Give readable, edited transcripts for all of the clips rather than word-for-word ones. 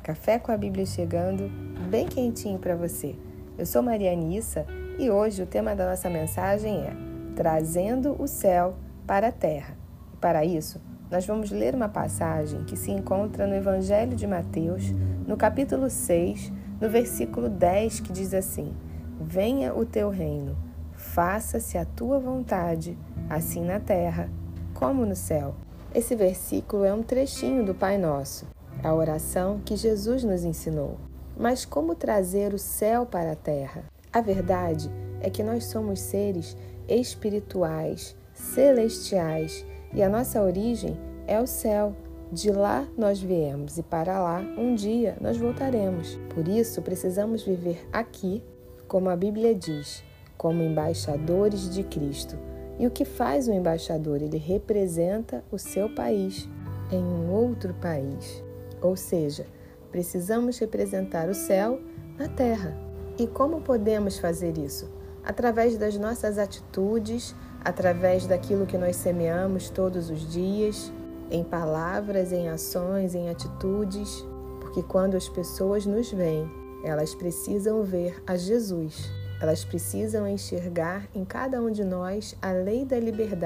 Café com a Bíblia chegando, bem quentinho para você. Eu sou Maria Anissa e hoje o tema da nossa mensagem é Trazendo o Céu para a Terra. E para isso, nós vamos ler uma passagem que se encontra no Evangelho de Mateus, no capítulo 6, no versículo 10, que diz assim: Venha o teu reino, faça-se a tua vontade, assim na terra como no céu. Esse versículo é um trechinho do Pai Nosso, a oração que Jesus nos ensinou. Mas como trazer o céu para a terra? A verdade é que nós somos seres espirituais, celestiais, e a nossa origem é o céu. De lá nós viemos e para lá um dia nós voltaremos. Por isso precisamos viver aqui, como a Bíblia diz, como embaixadores de Cristo. E o que faz um embaixador? Ele representa o seu país em um outro país. Ou seja, precisamos representar o céu na terra. E como podemos fazer isso? Através das nossas atitudes, através daquilo que nós semeamos todos os dias, em palavras, em ações, em atitudes. Porque quando as pessoas nos veem, elas precisam ver a Jesus. Elas precisam enxergar em cada um de nós a lei da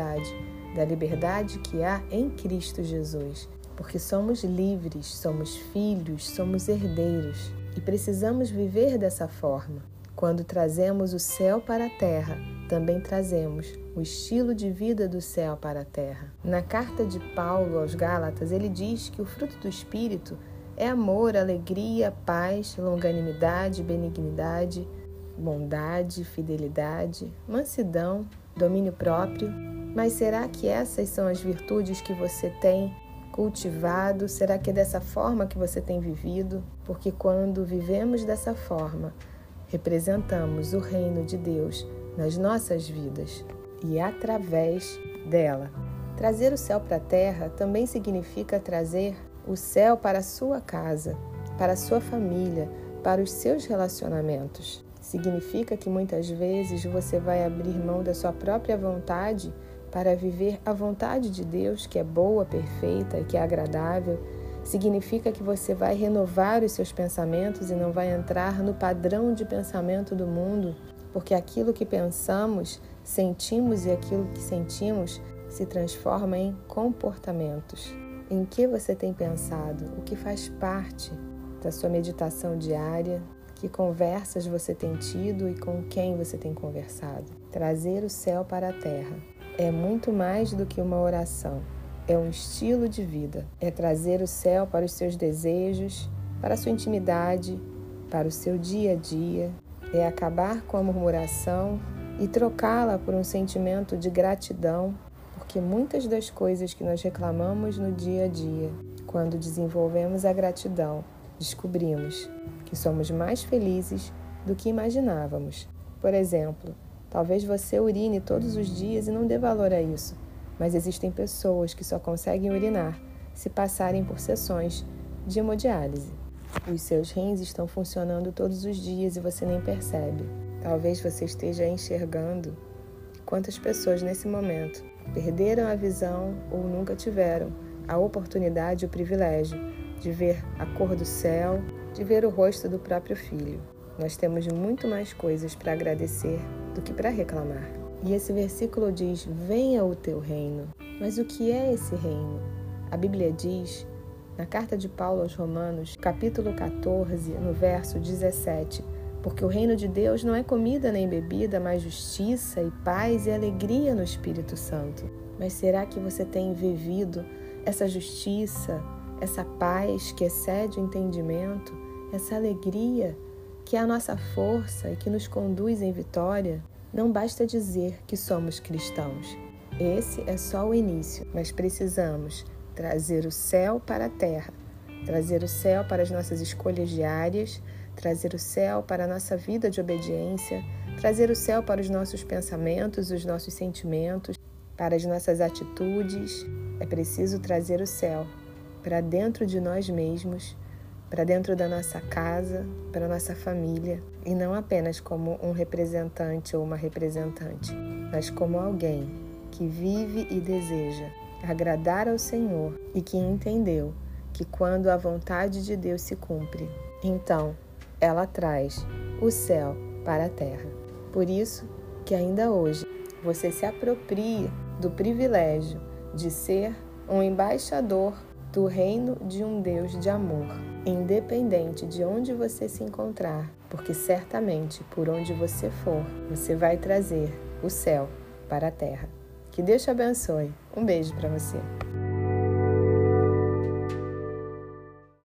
liberdade que há em Cristo Jesus. Porque somos livres, somos filhos, somos herdeiros e precisamos viver dessa forma. Quando trazemos o céu para a terra, também trazemos o estilo de vida do céu para a terra. Na carta de Paulo aos Gálatas, ele diz que o fruto do Espírito é amor, alegria, paz, longanimidade, benignidade, bondade, fidelidade, mansidão, domínio próprio. Mas será que essas são as virtudes que você tem cultivado? Será que é dessa forma que você tem vivido? Porque quando vivemos dessa forma, representamos o reino de Deus nas nossas vidas e através dela. Trazer o céu para a terra também significa trazer o céu para a sua casa, para a sua família, para os seus relacionamentos. Significa que muitas vezes você vai abrir mão da sua própria vontade para viver a vontade de Deus, que é boa, perfeita e que é agradável. Significa que você vai renovar os seus pensamentos e não vai entrar no padrão de pensamento do mundo, porque aquilo que pensamos, sentimos e aquilo que sentimos se transforma em comportamentos. Em que você tem pensado? O que faz parte da sua meditação diária? Que conversas você tem tido e com quem você tem conversado? Trazer o céu para a terra é muito mais do que uma oração. É um estilo de vida. É trazer o céu para os seus desejos, para a sua intimidade, para o seu dia a dia. É acabar com a murmuração e trocá-la por um sentimento de gratidão, porque muitas das coisas que nós reclamamos no dia a dia, quando desenvolvemos a gratidão, descobrimos que somos mais felizes do que imaginávamos. Por exemplo, talvez você urine todos os dias e não dê valor a isso, mas existem pessoas que só conseguem urinar se passarem por sessões de hemodiálise. Os seus rins estão funcionando todos os dias e você nem percebe. Talvez você esteja enxergando quantas pessoas nesse momento perderam a visão ou nunca tiveram a oportunidade e o privilégio de ver a cor do céu, de ver o rosto do próprio Filho. Nós temos muito mais coisas para agradecer do que para reclamar. E esse versículo diz, venha o teu reino. Mas o que é esse reino? A Bíblia diz, na carta de Paulo aos Romanos, capítulo 14, no verso 17, porque o reino de Deus não é comida nem bebida, mas justiça e paz e alegria no Espírito Santo. Mas será que você tem vivido essa justiça, essa paz que excede o entendimento, essa alegria que é a nossa força e que nos conduz em vitória? Não basta dizer que somos cristãos. Esse é só o início, mas precisamos trazer o céu para a terra, trazer o céu para as nossas escolhas diárias, trazer o céu para a nossa vida de obediência, trazer o céu para os nossos pensamentos, os nossos sentimentos, para as nossas atitudes. É preciso trazer o céu para dentro de nós mesmos, para dentro da nossa casa, para a nossa família, e não apenas como um representante ou uma representante, mas como alguém que vive e deseja agradar ao Senhor e que entendeu que quando a vontade de Deus se cumpre, então ela traz o céu para a terra. Por isso que ainda hoje você se apropria do privilégio de ser um embaixador do reino de um Deus de amor, independente de onde você se encontrar, porque certamente por onde você for, você vai trazer o céu para a terra. Que Deus te abençoe. Um beijo para você.